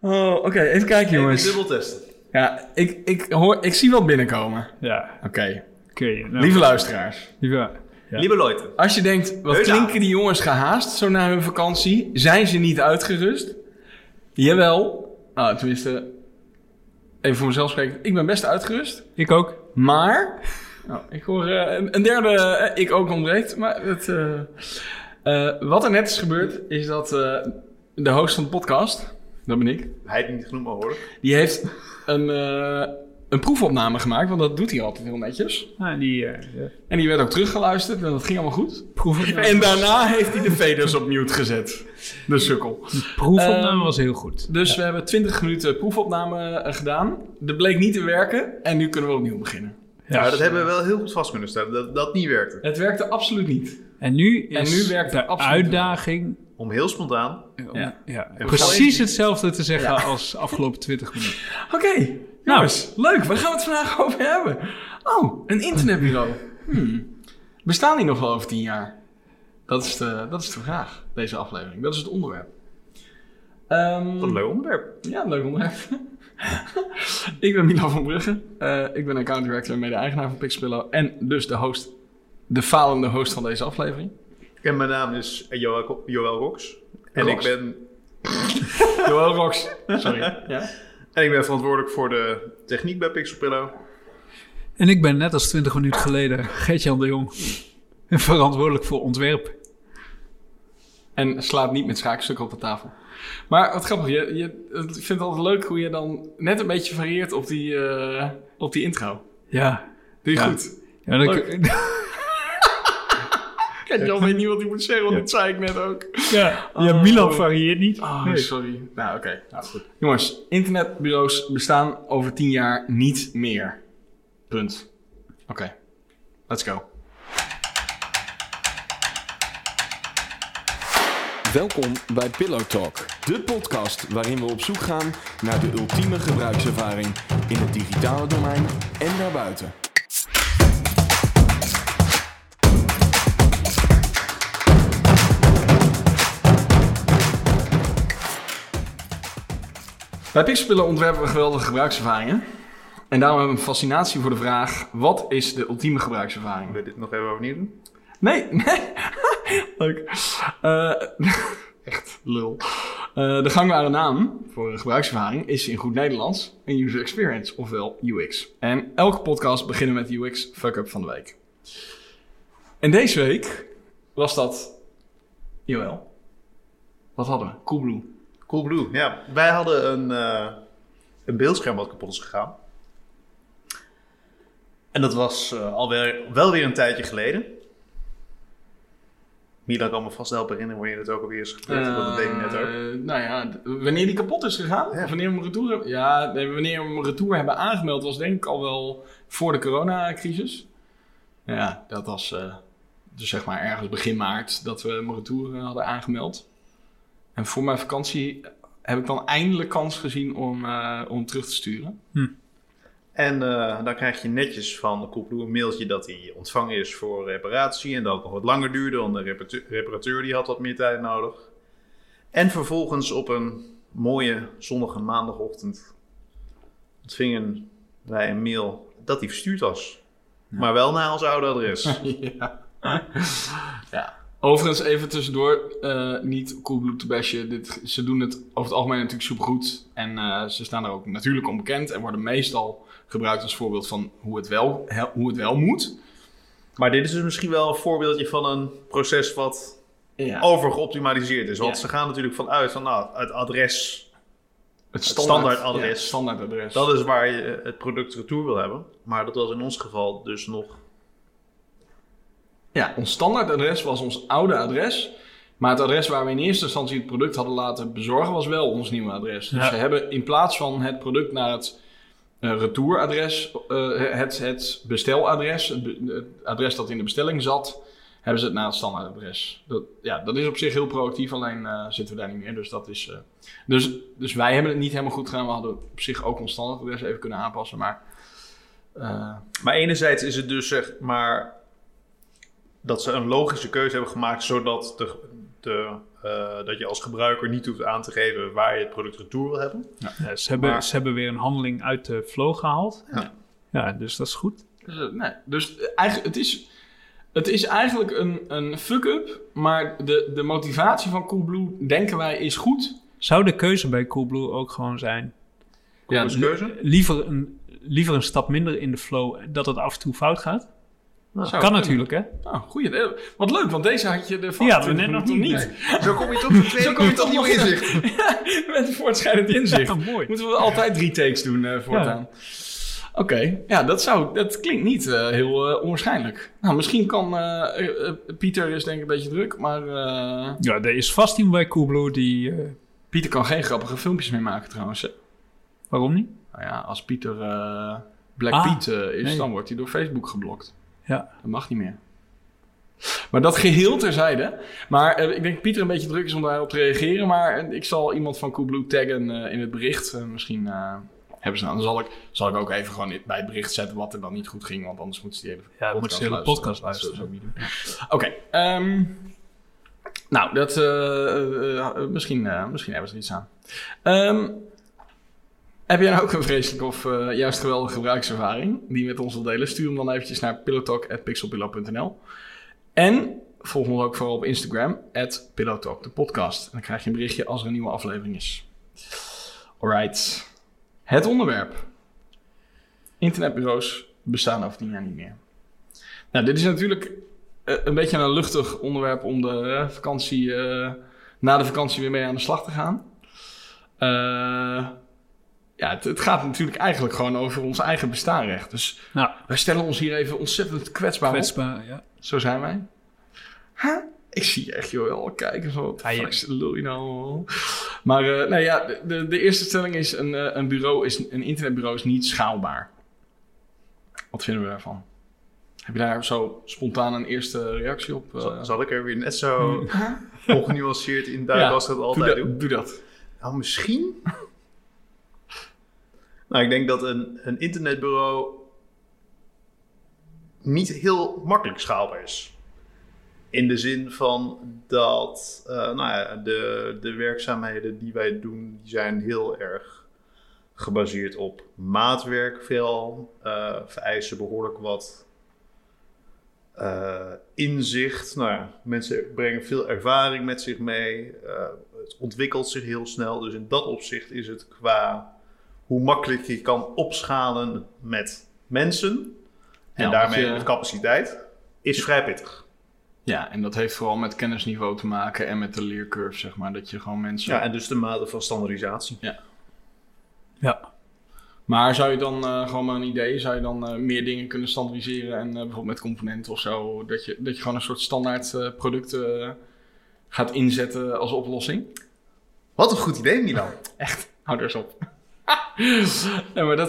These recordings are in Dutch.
Oh, oké. Even kijken, jongens. Dubbel testen. Ja, ik zie wat binnenkomen. Ja. Oké. Nou, Lieve luisteraars. Ja. Lieve Leute. Als je denkt, wat klinken die jongens gehaast zo na hun vakantie? Zijn ze niet uitgerust? Jawel. Tenminste, even voor mezelf spreken. Ik ben best uitgerust. Ik ook. Maar, ik hoor een derde, ik ook ontbreekt. Maar wat er net is gebeurd, is dat de host van de podcast, dat ben ik. Hij heeft niet genoemd, maar hoor. Die heeft een proefopname gemaakt, want dat doet hij altijd heel netjes. En die werd ook teruggeluisterd en dat ging allemaal goed. Proefopname. En daarna heeft hij de faders op mute gezet. De sukkel. De proefopname was heel goed. Dus we hebben 20 minuten proefopname gedaan. Dat bleek niet te werken en nu kunnen we opnieuw beginnen. Ja, dat hebben we wel heel goed vast kunnen stellen, dat dat niet werkte. Het werkte absoluut niet. En nu werkt de uitdaging om heel spontaan precies hetzelfde te zeggen als afgelopen 20 minuten. Oké, jongens, leuk. Waar gaan we het vandaag over hebben? Oh, een internetbureau. Bestaan die nog wel over 10 jaar? Dat is de vraag, deze aflevering. Dat is het onderwerp. Wat een leuk onderwerp. Ja, een leuk onderwerp. Ik ben Milan van Brugge. Ik ben account director en mede-eigenaar van Pixelpillow. En dus de falende host van deze aflevering. En mijn naam is Joël Rox. En ik ben... Joël Rox. Sorry. Ja? En ik ben verantwoordelijk voor de techniek bij Pixelpillow. En ik ben net als 20 minuten geleden Gert-Jan de Jong. En verantwoordelijk voor ontwerp. En slaat niet met schaakstukken op de tafel. Maar wat grappig, ik vind het altijd leuk hoe je dan net een beetje varieert op die intro. Ja. Doe je goed. Ja, Gert-Jan weet niet wat hij moet zeggen, want dat zei ik net ook. Ja, Milan varieert niet. Oh, sorry. Nou, oké. Nou, goed. Jongens, internetbureaus bestaan over 10 jaar niet meer. Punt. Oké. Let's go. Welkom bij Pillow Talk, de podcast waarin we op zoek gaan naar de ultieme gebruikservaring in het digitale domein en daarbuiten. Bij Pixelpillow ontwerpen we geweldige gebruikservaringen. En daarom hebben we een fascinatie voor de vraag: wat is de ultieme gebruikservaring? Wil je dit nog even opnieuw doen? Nee. Leuk. Echt lul. De gangbare naam voor een gebruikservaring is in goed Nederlands een user experience, ofwel UX. En elke podcast beginnen met de UX fuck-up van de week. En deze week was dat... Joël, wat hadden we? Coolblue. Coolblue, ja. Wij hadden een beeldscherm wat kapot is gegaan. En dat was wel weer een tijdje geleden. Milan kan me vast helpen herinneren wanneer het ook alweer is gebeurd. Want dat deed ik net ook. Nou ja, wanneer die kapot is gegaan? Ja. Of wanneer we hem retour hebben... Ja, wanneer we hem retour hebben aangemeld was denk ik al wel voor de coronacrisis. Ja, dat was dus zeg maar ergens begin maart dat we hem retour hadden aangemeld. En voor mijn vakantie heb ik dan eindelijk kans gezien om terug te sturen. En dan krijg je netjes van Coolblue een mailtje dat hij ontvangen is voor reparatie. En dat het nog wat langer duurde, want de reparateur die had wat meer tijd nodig. En vervolgens op een mooie zonnige maandagochtend ontvingen wij een mail dat hij verstuurd was. Ja. Maar wel naar ons oude adres. Ja. Overigens even tussendoor, niet Coolblue te bashen. Ze doen het over het algemeen natuurlijk supergoed. En ze staan er ook natuurlijk onbekend en worden meestal gebruikt als voorbeeld van hoe het wel moet. Maar dit is dus misschien wel een voorbeeldje van een proces wat overgeoptimaliseerd is. Want ze gaan natuurlijk vanuit van het adres, het standaardadres. Ja, standaardadres. Dat is waar je het product retour wil hebben. Maar dat was in ons geval dus nog... Ja, ons standaardadres was ons oude adres. Maar het adres waar we in eerste instantie het product hadden laten bezorgen was wel ons nieuwe adres. Dus ze hebben in plaats van het product naar het retouradres, het besteladres, het adres dat in de bestelling zat, hebben ze het naar het standaardadres. Dat is op zich heel proactief, alleen zitten we daar niet meer. Dus dat is. Dus wij hebben het niet helemaal goed gedaan. We hadden op zich ook ons standaardadres even kunnen aanpassen. Maar enerzijds is het dus zeg maar dat ze een logische keuze hebben gemaakt zodat de dat je als gebruiker niet hoeft aan te geven waar je het product retour wil hebben. Ja, ze hebben weer een handeling uit de flow gehaald. Ja, dus dat is goed. Dus eigenlijk, het is eigenlijk een fuck-up, maar de motivatie van Coolblue, denken wij, is goed. Zou de keuze bij Coolblue ook gewoon zijn? Ja, keuze? Liever een stap minder in de flow, dat het af en toe fout gaat? Kan natuurlijk, hè? Goeie. Wat leuk, want deze had je er van. Ja, we net nog niet. Nee. Zo kom je toch de tweede keer tot nieuw inzicht. Met een voortschrijdend inzicht. Ja, mooi. Moeten we altijd 3 takes doen voortaan. Ja. Oké, dat klinkt niet heel onwaarschijnlijk. Nou, misschien kan... Pieter is denk ik een beetje druk, maar... Ja, er is vast iemand bij Coolblue die... Pieter kan geen grappige filmpjes meer maken trouwens. Hè? Waarom niet? Nou ja, als Pieter Black Pete is, dan wordt hij door Facebook geblokt. Ja. Dat mag niet meer. Maar dat geheel terzijde. Maar ik denk dat Pieter een beetje druk is om daarop te reageren. Maar ik zal iemand van Coolblue taggen in het bericht. Misschien hebben ze nou. Dan zal ik ook even gewoon bij het bericht zetten wat er dan niet goed ging. Want anders moeten ze die hele podcast luisteren. Dat zou ik niet doen. Oké. Nou, misschien hebben ze er iets aan. Heb jij nou ook een vreselijke of juist geweldige gebruikservaring die je met ons wil delen? Stuur hem dan eventjes naar pillowtalk@pixelpillow.nl. En volg ons ook vooral op Instagram @pillowtalk, de podcast. En dan krijg je een berichtje als er een nieuwe aflevering is. Alright. Het onderwerp. Internetbureaus bestaan over 10 jaar niet meer. Nou, dit is natuurlijk een beetje een luchtig onderwerp om de vakantie, na de vakantie weer mee aan de slag te gaan. Ja, het gaat natuurlijk eigenlijk gewoon over ons eigen bestaanrecht. Dus wij stellen ons hier even ontzettend kwetsbaar op. Ja. Zo zijn wij. Ik zie je echt wel kijken. Zo, wat lul je nou? Maar de eerste stelling is... Een internetbureau is niet schaalbaar. Wat vinden we daarvan? Heb je daar zo spontaan een eerste reactie op? Zal ik er weer net zo ongenuanceerd in duiken als ik dat altijd doe? Doe dat. Nou, misschien... Nou, ik denk dat een internetbureau niet heel makkelijk schaalbaar is. In de zin van dat de werkzaamheden die wij doen, die zijn heel erg gebaseerd op maatwerk veelal. Vereisen behoorlijk wat inzicht. Nou ja, mensen brengen veel ervaring met zich mee. Het ontwikkelt zich heel snel. Dus in dat opzicht is het qua hoe makkelijk je kan opschalen met mensen en daarmee met capaciteit, is vrij pittig. Ja, en dat heeft vooral met kennisniveau te maken en met de leercurve, zeg maar. Dat je gewoon mensen... Ja, en dus de mate van standaardisatie. Ja. Maar zou je dan gewoon maar een idee, zou je dan meer dingen kunnen standaardiseren en bijvoorbeeld met componenten of zo, dat je gewoon een soort standaard product gaat inzetten als oplossing? Wat een goed idee, Milan. Echt, hou er eens op. Ja, maar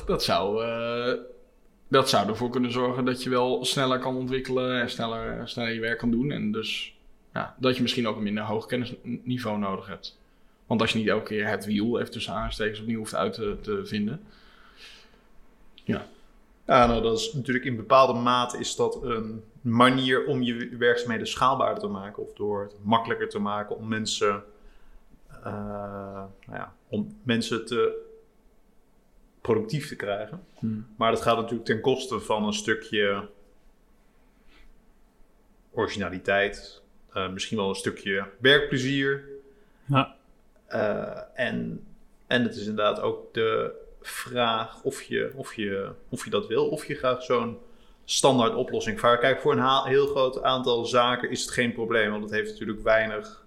dat zou ervoor kunnen zorgen dat je wel sneller kan ontwikkelen en sneller je werk kan doen. En dus dat je misschien ook een minder hoog kennisniveau nodig hebt. Want als je niet elke keer het wiel even tussen aanstekens opnieuw hoeft uit te vinden. Ja, nou dat is natuurlijk in bepaalde mate is dat een manier om je werkzaamheden schaalbaarder te maken. Of door het makkelijker te maken om mensen te productief te krijgen. Maar dat gaat natuurlijk ten koste van een stukje originaliteit. Misschien wel een stukje werkplezier. Ja. En het is inderdaad ook de vraag of je dat wil. Of je graag zo'n standaard oplossing vaart. Kijk, voor een heel groot aantal zaken is het geen probleem. Want het heeft natuurlijk weinig...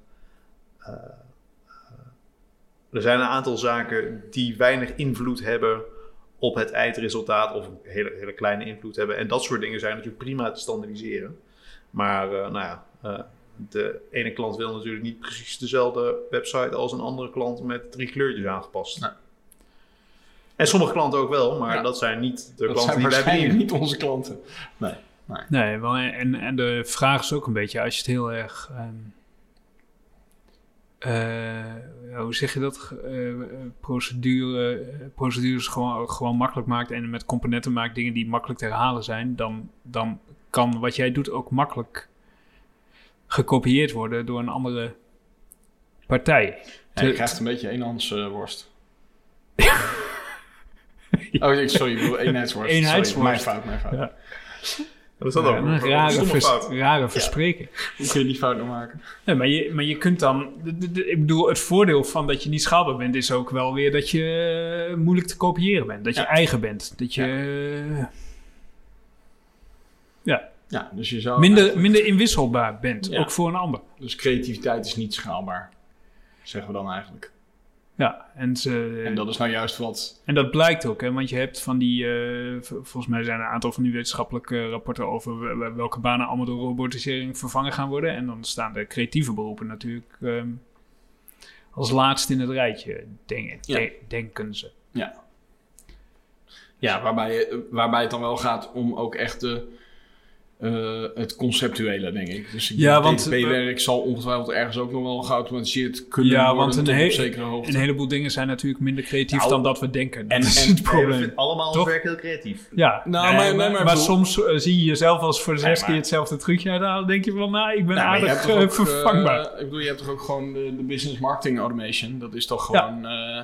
Er zijn een aantal zaken die weinig invloed hebben op het eindresultaat of een hele kleine invloed hebben. En dat soort dingen zijn natuurlijk prima te standaardiseren. Maar de ene klant wil natuurlijk niet precies dezelfde website als een andere klant met 3 kleurtjes aangepast. Nee. En sommige klanten ook wel, maar dat zijn niet de klanten die wij bedienen. Niet onze klanten. Nee, wel, en de vraag is ook een beetje, als je het heel erg... hoe zeg je dat? Procedures gewoon makkelijk maakt en met componenten maakt dingen die makkelijk te herhalen zijn, dan kan wat jij doet ook makkelijk gekopieerd worden door een andere partij. Ja, je krijgt een beetje eenhandsworst. Sorry, ik bedoel eenheidsworst. Eenheidsworst. Sorry, mijn fout. Ja. Dat is dan ook Een rare verspreking. Hoe kun je die fout nog maken? Nee, maar je kunt dan... Ik bedoel, het voordeel van dat je niet schaalbaar bent... is ook wel weer dat je moeilijk te kopiëren bent. Dat je eigen bent. Dat je... Ja, dus je zou... Minder inwisselbaar bent. Ja. Ook voor een ander. Dus creativiteit is niet schaalbaar. Zeggen we dan eigenlijk. Ja, en dat is nou juist wat... En dat blijkt ook, hè, want je hebt van die... volgens mij zijn er een aantal van die wetenschappelijke rapporten over welke banen allemaal door robotisering vervangen gaan worden. En dan staan de creatieve beroepen natuurlijk als laatste in het rijtje, denken ze. Ja, waarbij het dan wel gaat om ook echt het conceptuele, denk ik. Dus want DTP-werk zal ongetwijfeld ergens ook nog wel geautomatiseerd kunnen worden. Want tot op zekere hoogte. Een heleboel dingen zijn natuurlijk minder creatief dan dat we denken. Dat en is het probleem. Ja, allemaal ons werk heel creatief. Ja, maar soms zie je jezelf als voor de 6 keer hetzelfde trucje uithalen. Dan denk je van, ik ben aardig vervangbaar. Ik bedoel, je hebt toch ook gewoon de business marketing automation. Dat is toch gewoon...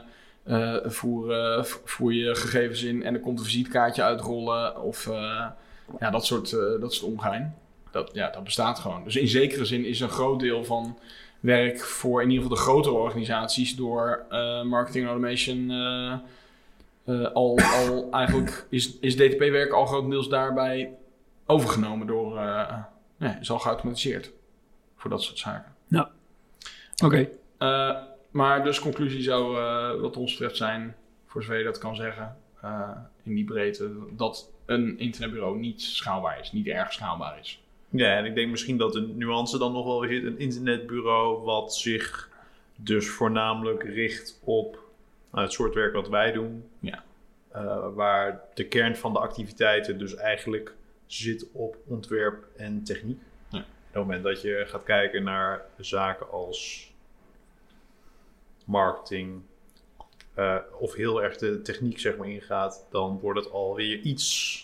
voer je gegevens in en er komt een visitekaartje uitrollen of dat soort omgein. Dat bestaat gewoon. Dus in zekere zin is een groot deel van werk voor in ieder geval de grotere organisaties door marketing automation al eigenlijk is DTP-werk al grotendeels daarbij overgenomen door is al geautomatiseerd voor dat soort zaken. Ja. Oké. Maar dus conclusie zou wat ons betreft zijn, voor zover je dat kan zeggen, in die breedte, dat een internetbureau niet schaalbaar is, niet erg schaalbaar is. Ja, en ik denk misschien dat de nuance dan nog wel weer zit. Een internetbureau wat zich dus voornamelijk richt op het soort werk wat wij doen. Ja. Waar de kern van de activiteiten dus eigenlijk zit op ontwerp en techniek. Ja. Op het moment dat je gaat kijken naar zaken als marketing of heel erg de techniek zeg maar ingaat, dan wordt het alweer iets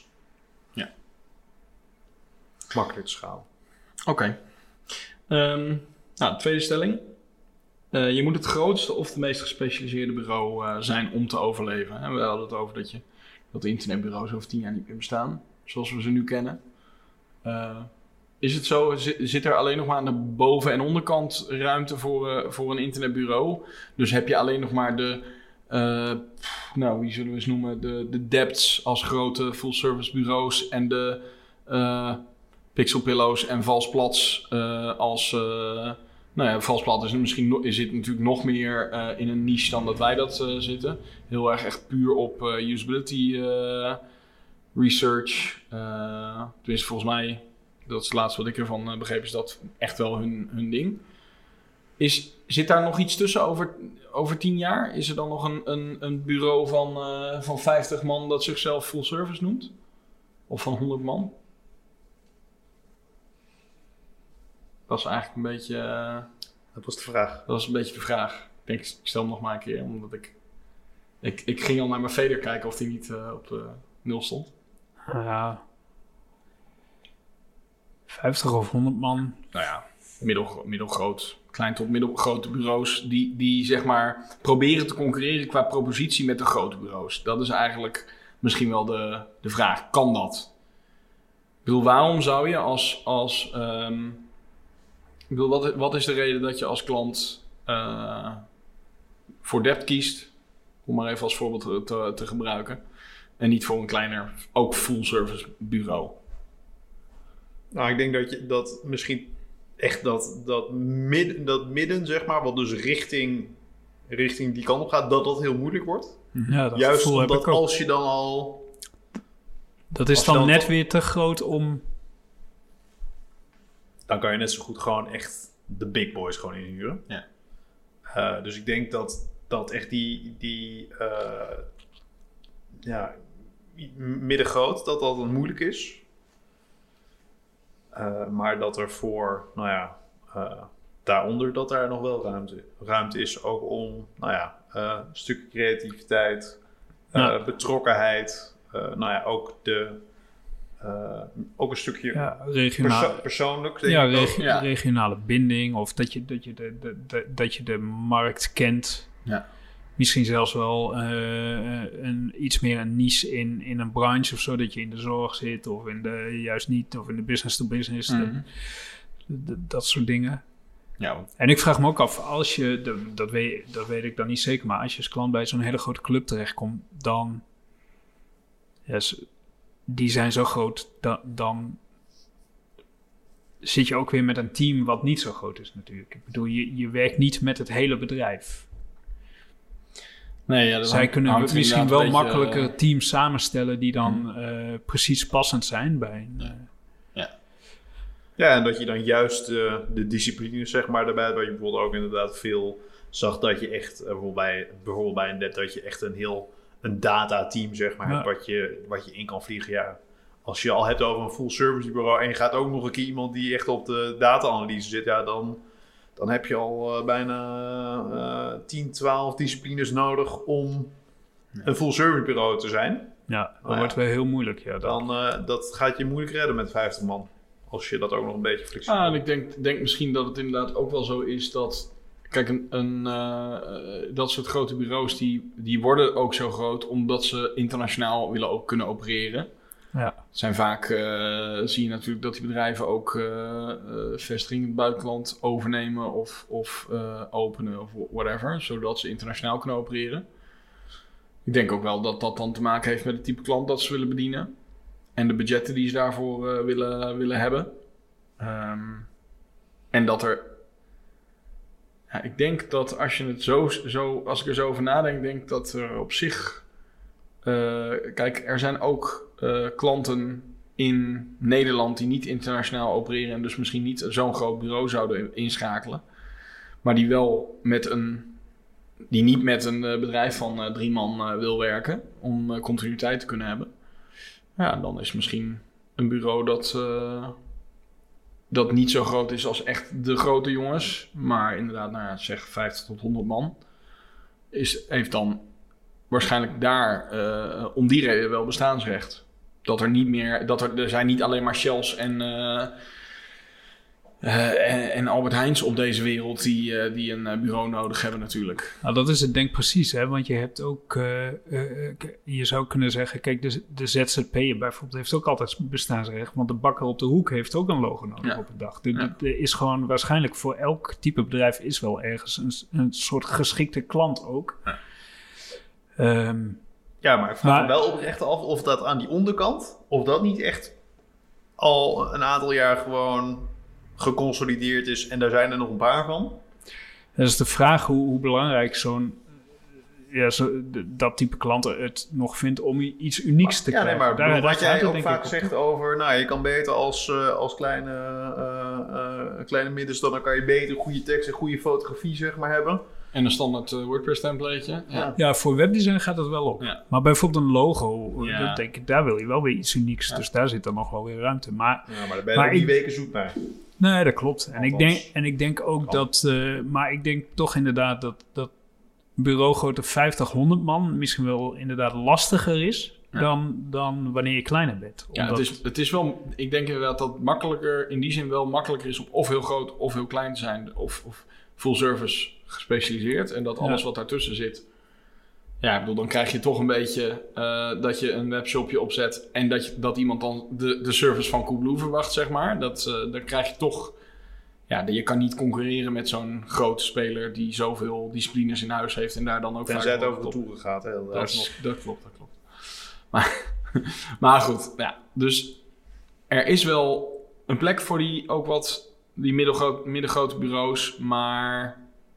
makkelijk te schalen. Oké. Tweede stelling. Je moet het grootste of de meest gespecialiseerde bureau zijn om te overleven. We hadden het over dat internetbureaus over 10 jaar niet meer bestaan, zoals we ze nu kennen. Is het zo? Zit er alleen nog maar aan de boven- en onderkant ruimte voor een internetbureau? Dus heb je alleen nog maar wie zullen we eens noemen? De Depths als grote full-service bureaus en de Pixelpillows en Valsplats als... Valsplat zit natuurlijk nog meer in een niche dan dat wij dat zitten. Heel erg echt puur op usability research. Tenminste, volgens mij... Dat is het laatste wat ik ervan begreep, is dat echt wel hun ding. Zit daar nog iets tussen over 10 jaar? Is er dan nog een bureau van 50 man dat zichzelf full service noemt? Of van 100 man? Dat is eigenlijk een beetje... Dat was de vraag. Dat was een beetje de vraag. Ik denk, ik stel hem nog maar een keer, omdat ik ging al naar mijn fader kijken of die niet op 0 stond. Ja... 50 of 100 man. Nou ja, middelgroot. Klein tot middelgrote bureaus die zeg maar proberen te concurreren qua propositie met de grote bureaus. Dat is eigenlijk misschien wel de vraag. Kan dat? Ik bedoel, waarom zou je wat is de reden dat je als klant voor Dept kiest? Om maar even als voorbeeld te gebruiken. En niet voor een kleiner, ook full service bureau. Nou, ik denk dat misschien echt dat midden, zeg maar, wat dus richting die kant op gaat, dat heel moeilijk wordt. Ja, dat juist omdat heb ik ook. Als je dan al... Dat is dan net weer te groot om... Dan kan je net zo goed gewoon echt de big boys gewoon inhuren. Ja. Dus ik denk dat echt die middengroot, dat een moeilijk is. Maar dat er voor, daaronder dat daar nog wel ruimte is ook om, een stukje creativiteit, betrokkenheid, ook de ook een stukje persoonlijk. Denk ik ook. Regionale binding of dat je de markt kent. Ja. Misschien zelfs wel iets meer een niche in een branche of zo, dat je in de zorg zit of juist niet, of in de business to business. Mm-hmm. Dat soort dingen. Ja. En ik vraag me ook af, als je, dat weet ik dan niet zeker, maar als je als klant bij zo'n hele grote club terechtkomt, dan, die zijn zo groot, dan zit je ook weer met een team wat niet zo groot is natuurlijk. Ik bedoel, je werkt niet met het hele bedrijf. Nee, zij kunnen misschien wel makkelijker teams samenstellen die dan precies passend zijn bij een... Ja, en dat je dan juist de discipline, zeg maar, daarbij, waar je bijvoorbeeld ook inderdaad veel zag dat je echt, bijvoorbeeld bij een net, dat je echt een datateam, zeg maar, hebt wat je in kan vliegen. Ja, als je al hebt over een full service bureau en je gaat ook nog een keer iemand die echt op de data-analyse zit, ja, dan heb je al bijna 10, 12 disciplines nodig om een full service bureau te zijn. Ja, dat wordt wel heel moeilijk. Ja, dan dat gaat je moeilijk redden met 50 man. Als je dat ook nog een beetje flexibel... en ik denk misschien dat het inderdaad ook wel zo is dat... Kijk, dat soort grote bureaus, die worden ook zo groot omdat ze internationaal willen ook kunnen opereren. Ja. Het zijn vaak, zie je natuurlijk dat die bedrijven ook vestigingen in het buitenland overnemen of openen of whatever. Zodat ze internationaal kunnen opereren. Ik denk ook wel dat dat dan te maken heeft met het type klant dat ze willen bedienen. En de budgetten die ze daarvoor willen hebben. En dat er... Ja, ik denk dat als je het als ik er zo over nadenk, denk dat er op zich... kijk, er zijn ook klanten in Nederland die niet internationaal opereren en dus misschien niet zo'n groot bureau zouden inschakelen. Maar die wel die niet met een bedrijf van 3 man wil werken om continuïteit te kunnen hebben. Ja, dan is misschien een bureau dat niet zo groot is als echt de grote jongens. Maar inderdaad, zeg 50 tot 100 man. Heeft dan waarschijnlijk daar om die reden wel bestaansrecht. Er zijn niet alleen maar Shells en Albert Heijns op deze wereld die een bureau nodig hebben natuurlijk. Nou, dat is het denk precies, hè? Want je hebt ook... je zou kunnen zeggen, kijk, de ZZP'er bijvoorbeeld heeft ook altijd bestaansrecht. Want de bakker op de hoek heeft ook een logo nodig op een dag. Er is gewoon waarschijnlijk voor elk type bedrijf is wel ergens een soort geschikte klant ook. Ja. Maar ik vraag me wel oprecht af of dat aan die onderkant, of dat niet echt al een aantal jaar gewoon geconsolideerd is en daar zijn er nog een paar van. Dat is de vraag hoe belangrijk dat type klanten het nog vindt om iets unieks te krijgen. Ja, nee, maar wat jij ook vaak zegt over, je kan beter als kleine middenstander, dan kan je beter goede tekst en goede fotografie, zeg maar, hebben. En een standaard WordPress templateje. Ja, voor webdesign gaat dat wel op. Ja. Maar bijvoorbeeld een logo, dat denk ik, daar wil je wel weer iets unieks. Ja. Dus daar zit dan nog wel weer ruimte. Maar daar ben je ook 3 weken zoek naar. Nee, dat klopt. En ik denk ook dat... maar ik denk toch inderdaad dat bureaugrootte 50, 100 man misschien wel inderdaad lastiger is dan wanneer je kleiner bent. Het is wel... Ik denk inderdaad dat makkelijker, in die zin wel makkelijker is om of heel groot of heel klein te zijn. Of full service gespecialiseerd. En dat alles wat daartussen zit... Ja, ik bedoel, dan krijg je toch een beetje dat je een webshopje opzet en dat iemand dan de service van Coolblue verwacht, zeg maar. Dan krijg je toch... Ja, je kan niet concurreren met zo'n grote speler die zoveel disciplines in huis heeft en daar dan ook... Tenzij het over de toeren gaat, hè? Dat klopt. Maar goed, ja. Dus er is wel een plek voor die middelgrote bureaus, maar...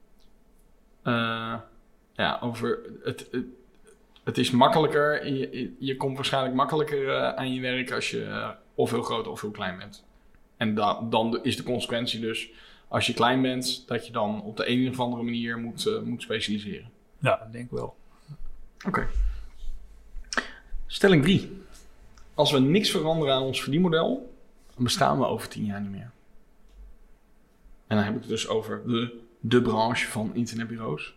over het is makkelijker. Je komt waarschijnlijk makkelijker aan je werk als je of heel groot of heel klein bent. En dan is de consequentie dus, als je klein bent, dat je dan op de een of andere manier moet specialiseren. Ja, dat denk ik wel. Oké. Stelling 3. Als we niks veranderen aan ons verdienmodel, dan bestaan we over 10 jaar niet meer. En dan heb ik het dus over de branche van internetbureaus.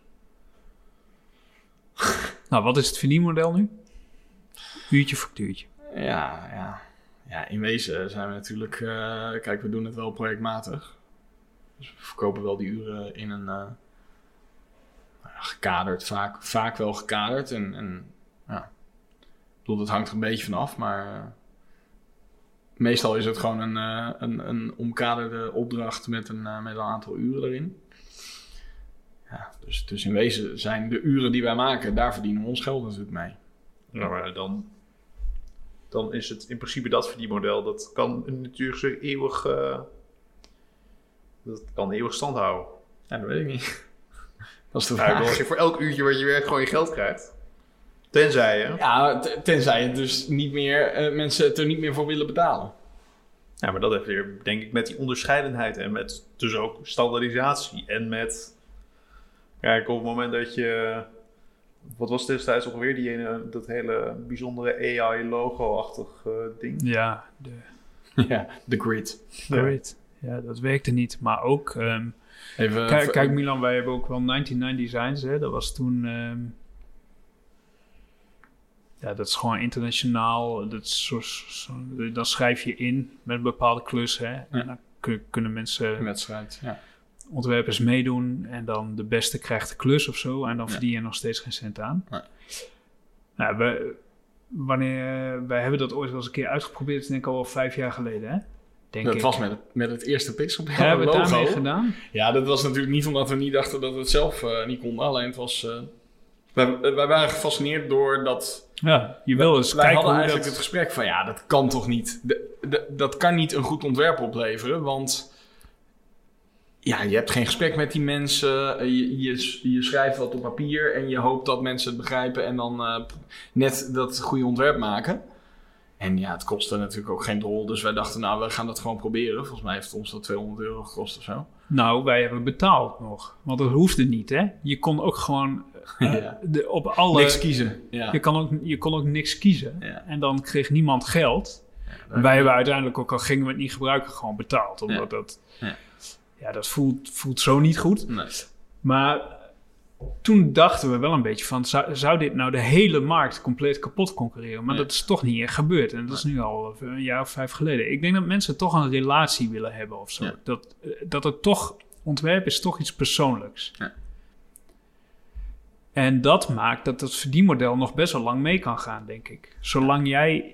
Nou, wat is het verdienmodel nu? Uurtje, factuurtje. Ja. Ja, in wezen zijn we natuurlijk... kijk, we doen het wel projectmatig. Dus we verkopen wel die uren in een... gekaderd, vaak wel gekaderd. En ja, ik bedoel, dat hangt er een beetje vanaf, maar meestal is het gewoon een omkaderde opdracht met een aantal uren erin. Ja, dus in wezen zijn de uren die wij maken, daar verdienen we ons geld natuurlijk mee. Ja, maar dan is het in principe dat verdienmodel, dat kan natuurlijk zo eeuwig, dat kan eeuwig stand houden. Ja, dat weet ik niet. Dat is de Ja, vraag. als je voor elk uurtje wat je werkt gewoon je geld krijgt. Tenzij je... Ja, tenzij je dus niet meer, mensen het er niet meer voor willen betalen. Ja, maar dat heeft weer, denk ik, met die onderscheidenheid en met dus ook standaardisatie. En met, kijk, op het moment dat je, wat was destijds alweer, die ene, dat hele bijzondere AI-logo-achtig ding? Ja, Ja, de grid. great. Ja, dat werkte niet. Maar ook, Even, kijk Milan, wij hebben ook wel 99 Designs. Hè? Dat was toen... ja, dat is gewoon internationaal. Dat is dan schrijf je in met een bepaalde klus. Hè? En dan kunnen mensen, wedstrijd, ja. ontwerpers meedoen. En dan de beste krijgt de klus of zo. En dan verdien je nog steeds geen cent aan. Nee. Nou, wij hebben dat ooit wel eens een keer uitgeprobeerd. Denk ik al 5 jaar geleden, hè? Dat was met het eerste Pixelpad Ja, hebben we het logo. daarmee gedaan? Ja, dat was natuurlijk niet omdat we niet dachten dat we het zelf niet konden. Alleen het was... wij waren gefascineerd door dat... Ja, je wil eens wij kijken hadden hoe eigenlijk dat... het gesprek van... Ja, dat kan toch niet... Dat kan niet een goed ontwerp opleveren. Want... Ja, je hebt geen gesprek met die mensen. Je schrijft wat op papier... En je hoopt dat mensen het begrijpen... En dan net dat goede ontwerp maken... En ja, het kostte natuurlijk ook geen drol. Dus wij dachten, nou, we gaan dat gewoon proberen. Volgens mij heeft ons dat €200 gekost of zo. Nou, wij hebben betaald nog. Want dat hoefde niet, hè? Je kon ook gewoon Ja. op alle... Niks kiezen. Ja. Je kon ook niks kiezen. Ja. En dan kreeg niemand geld. En wij hebben uiteindelijk ook al gingen we het niet gebruiken, gewoon betaald. Omdat dat... Ja, dat voelt zo niet goed. Nee. Maar toen dachten we wel een beetje van... Zou dit nou de hele markt compleet kapot concurreren? Maar dat is toch niet echt gebeurd. En dat is nu al een jaar of 5 geleden. Ik denk dat mensen toch een relatie willen hebben of zo. Ja. Dat het toch... Ontwerp is toch iets persoonlijks. Ja. En dat maakt dat het verdienmodel nog best wel lang mee kan gaan, denk ik. Zolang jij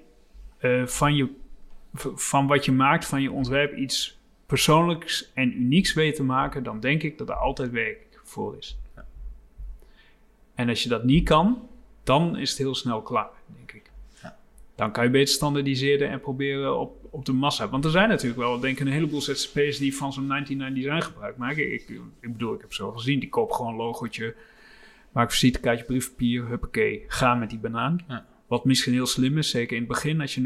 van wat je maakt, van je ontwerp, iets persoonlijks en unieks weet te maken... dan denk ik dat er altijd werk voor is. Ja. En als je dat niet kan, dan is het heel snel klaar, denk ik. Ja. Dan kan je beter standaardiseren en proberen op de massa. Want er zijn natuurlijk wel, denk ik, een heleboel ZZP'ers die van zo'n 99 Design gebruik maken. Ik bedoel, ik heb zo gezien, die koop gewoon een logootje, maak visitekaartje, briefpapier, huppakee, ga met die banaan. Ja. Wat misschien heel slim is, zeker in het begin, als je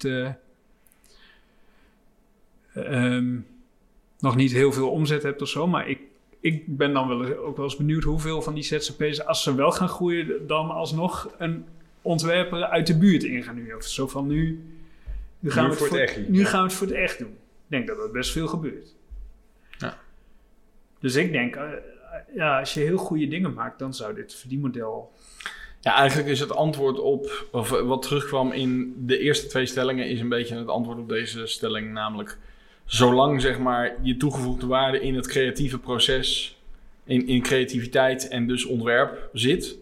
nog niet heel veel omzet hebt of zo. Maar ik ben dan ook wel eens benieuwd hoeveel van die ZZP'ers, als ze wel gaan groeien, dan alsnog een ontwerper uit de buurt in gaan huren. Of zo van nu gaan we het voor het echt doen. Ik denk dat dat best veel gebeurt. Ja. Dus ik denk, als je heel goede dingen maakt, dan zou dit verdienmodel... Ja, eigenlijk is het antwoord op... Of wat terugkwam in de eerste 2 stellingen... is een beetje het antwoord op deze stelling. Namelijk, zolang zeg maar je toegevoegde waarde in het creatieve proces... in creativiteit en dus ontwerp zit...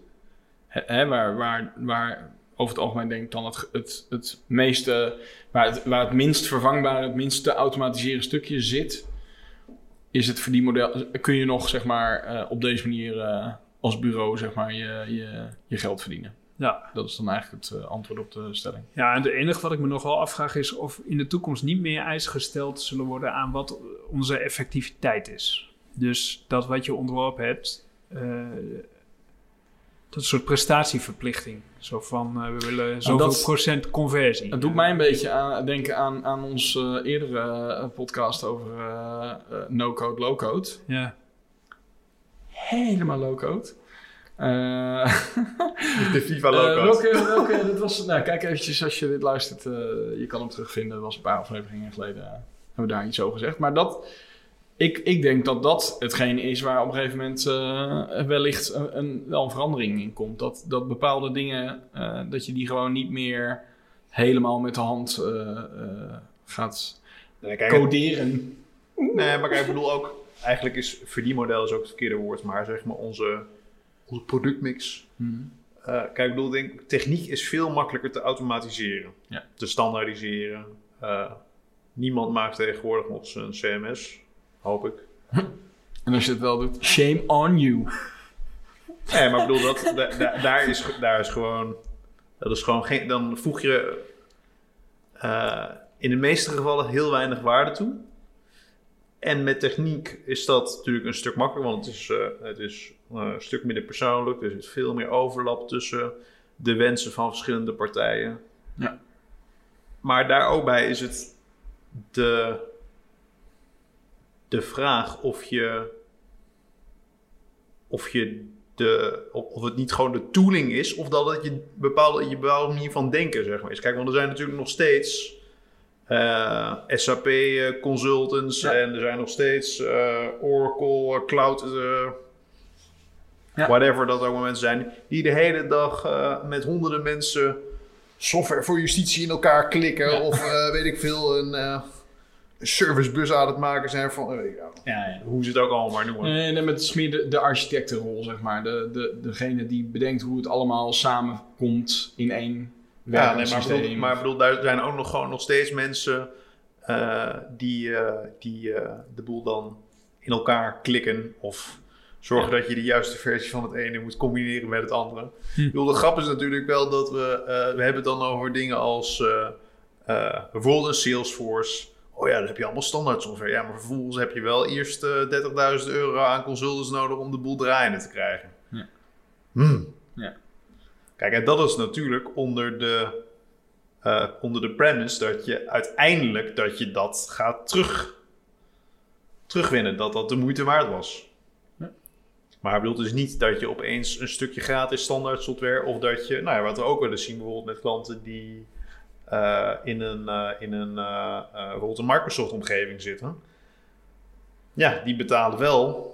waar over het algemeen denk ik dan het meeste... waar het minst vervangbare, het minst te automatiseren stukje zit... is het verdienmodel... kun je nog zeg maar op deze manier... als bureau zeg maar je geld verdienen. Ja. Dat is dan eigenlijk het antwoord op de stelling. Ja, en het enige wat ik me nog wel afvraag is of in de toekomst niet meer eisen gesteld zullen worden aan wat onze effectiviteit is. Dus dat wat je ontworpen hebt, dat soort prestatieverplichting. Zo van, we willen zoveel procent conversie. Het doet mij een beetje denken aan onze eerdere podcast over no-code, low-code. Ja. Helemaal low-code. De FIFA logo. Welke, dat was... Nou, kijk eventjes als je dit luistert. Je kan hem terugvinden. Dat was een paar afleveringen geleden. Hebben we daar iets over gezegd. Maar ik denk dat hetgeen is waar op een gegeven moment wellicht wel een verandering in komt. Dat bepaalde dingen, dat je die gewoon niet meer helemaal met de hand gaat coderen. Nee, maar ik bedoel ook... Eigenlijk is verdienmodel is ook het verkeerde woord, maar zeg maar onze productmix. Kijk, ik bedoel, techniek is veel makkelijker te automatiseren. Ja. Te standaardiseren. Niemand maakt tegenwoordig nog zijn CMS, hoop ik. En als je het wel doet, shame on you. Nee, maar ik bedoel, daar is gewoon... Dat is gewoon geen... Dan voeg je in de meeste gevallen heel weinig waarde toe. En met techniek is dat natuurlijk een stuk makkelijker, want het is een stuk minder persoonlijk. Er zit veel meer overlap tussen de wensen van verschillende partijen. Ja. Maar daar ook bij is het de vraag of het niet gewoon de tooling is, of dat het je bepaalde manier van denken, zeg maar, is. Kijk, want er zijn natuurlijk nog steeds SAP consultants en er zijn nog steeds Oracle, Cloud, whatever dat ook mensen zijn, die de hele dag met honderden mensen software voor justitie in elkaar klikken of weet ik veel, een servicebus aan het maken zijn van hoe ze het ook allemaal maar noemen. Nee, met het is meer de architectenrol, zeg maar. Degene die bedenkt hoe het allemaal samenkomt in één werkend systeem. Maar ik bedoel, daar zijn ook nog steeds mensen die de boel dan in elkaar klikken of zorgen dat je de juiste versie van het ene moet combineren met het andere. Ik bedoel, de grap is natuurlijk wel dat we hebben het dan over dingen als bijvoorbeeld een Salesforce. Oh ja, dan heb je allemaal standaard software. Ja, maar vervolgens heb je wel eerst €30.000 aan consultants nodig om de boel draaiende te krijgen. Ja. Ja. Kijk, en dat is natuurlijk onder de premise dat je uiteindelijk dat gaat terugwinnen. Dat de moeite waard was. Ja. Maar ik bedoel dus niet dat je opeens een stukje gratis standaard software of dat je, wat we ook wel eens zien bijvoorbeeld met klanten die bijvoorbeeld een Microsoft omgeving zitten. Ja, die betalen wel.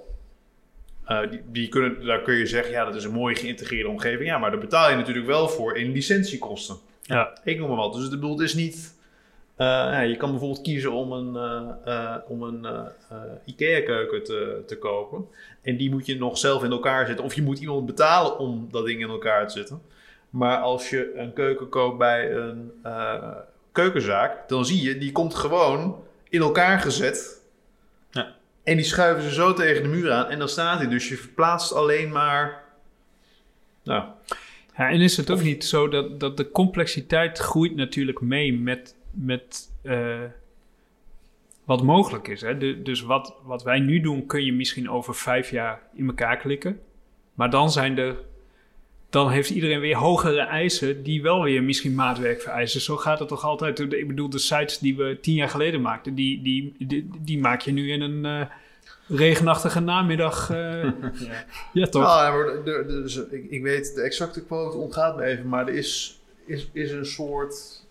Daar kun je zeggen, ja, dat is een mooie geïntegreerde omgeving. Ja, maar daar betaal je natuurlijk wel voor in licentiekosten. Ja. Ik noem maar wat. Dus ik bedoel, het is niet... je kan bijvoorbeeld kiezen om een IKEA-keuken te kopen. En die moet je nog zelf in elkaar zetten. Of je moet iemand betalen om dat ding in elkaar te zetten. Maar als je een keuken koopt bij een keukenzaak, dan zie je, die komt gewoon in elkaar gezet. Ja. En die schuiven ze zo tegen de muur aan en dan staat hij. Dus je verplaatst alleen maar... Nou. Ja, en is het ook niet zo dat de complexiteit groeit natuurlijk mee met wat mogelijk is. Hè? Dus wat wij nu doen kun je misschien over 5 jaar in elkaar klikken. Maar dan heeft iedereen weer hogere eisen die wel weer misschien maatwerk vereisen. Zo gaat het toch altijd. Ik bedoel, de sites die we 10 jaar geleden maakten, die maak je nu in een regenachtige namiddag. Ja, toch? Nou, dus, ik weet, de exacte quote ontgaat me even, maar er is een soort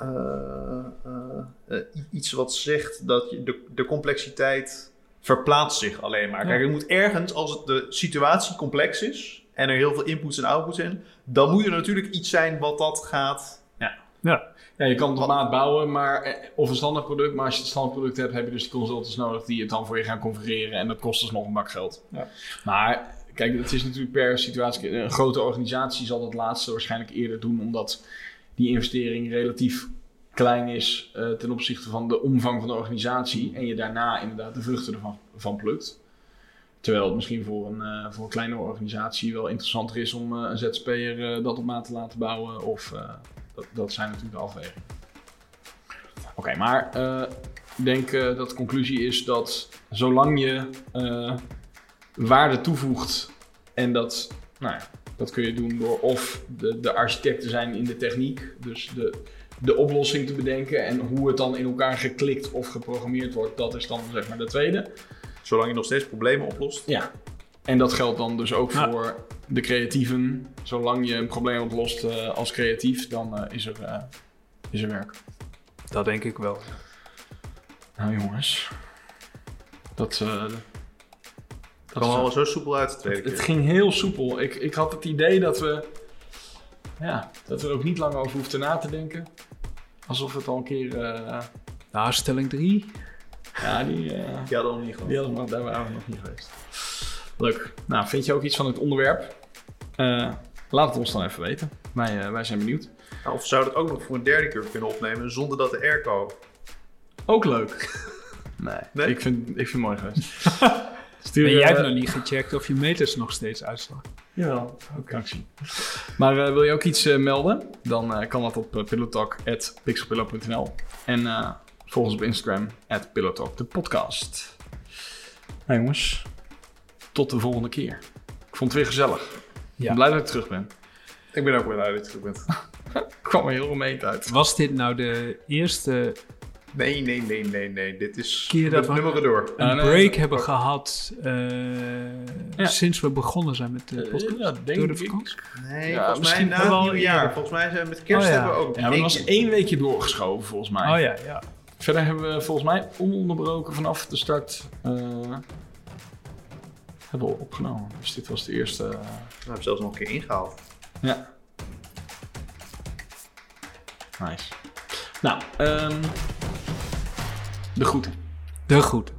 iets wat zegt dat de complexiteit verplaatst zich alleen maar. Kijk, het moet ergens, als de situatie complex is en er heel veel inputs en outputs zijn, dan moet er natuurlijk iets zijn wat dat gaat... Ja, je kan het op maat bouwen, of een standaard product, maar als je het standaard product hebt, heb je dus die consultants nodig die het dan voor je gaan configureren en dat kost dus nog een bak geld. Ja. Maar kijk, het is natuurlijk per situatie, een grote organisatie zal dat laatste waarschijnlijk eerder doen, omdat die investering relatief klein is ten opzichte van de omvang van de organisatie en je daarna inderdaad de vruchten ervan plukt. Terwijl het misschien voor een kleinere organisatie wel interessanter is om een ZZP'er dat op maat te laten bouwen. Of dat zijn natuurlijk de afwegingen. Oké, maar ik denk dat de conclusie is dat zolang je waarde toevoegt en dat kun je doen door of de architect te zijn in de techniek, dus de oplossing te bedenken en hoe het dan in elkaar geklikt of geprogrammeerd wordt, dat is dan zeg maar de tweede. Zolang je nog steeds problemen oplost. Ja, en dat geldt dan dus ook voor de creatieven. Zolang je een probleem oplost als creatief, dan is er werk. Dat denk ik wel. Nou jongens, dat kwam allemaal zo soepel uit de tweede keer. Het ging heel soepel. Ik had het idee dat we er ook niet lang over hoefden na te denken. Alsof het al een keer... Nou, stelling 3. ja, die hadden we nog niet gehad. daar waren we nog niet geweest. Leuk. Nou, vind je ook iets van het onderwerp? Laat het ons dan even weten. Wij zijn benieuwd. Nou, of zou het ook nog voor een derde keer kunnen opnemen zonder dat de airco... Ook leuk. Nee? Ik vind het mooi geweest. Jij hebt nog niet gecheckt of je meters nog steeds uitslaan. Jawel, ook kan ik zien. Maar wil je ook iets melden? Dan kan dat op pillowtalk@pixelpillow.nl. En volg ons op Instagram @pillowtalk de podcast. Nou jongens, tot de volgende keer. Ik vond het weer gezellig. Ik ben blij dat ik terug ben. Ik ben ook weer blij dat je terug bent. Ik kwam er heel romeend uit. Was dit nou de eerste... Nee. Dit is keer dat het nummer door. Een break hebben gehad sinds we begonnen zijn met de podcast? Ja, denk door de ik. vakantie? Nee, Ja, volgens mij misschien na het wel nieuwjaar. eerder. Volgens mij zijn we met kerst hebben we ook... Ja, maar dat was 1 weekje doorgeschoven volgens mij. Oh ja. Verder hebben we volgens mij ononderbroken vanaf de start hebben we opgenomen. Dus dit was de eerste... We hebben zelfs nog een keer ingehaald. Ja. Nice. Nou, de groeten. De groeten.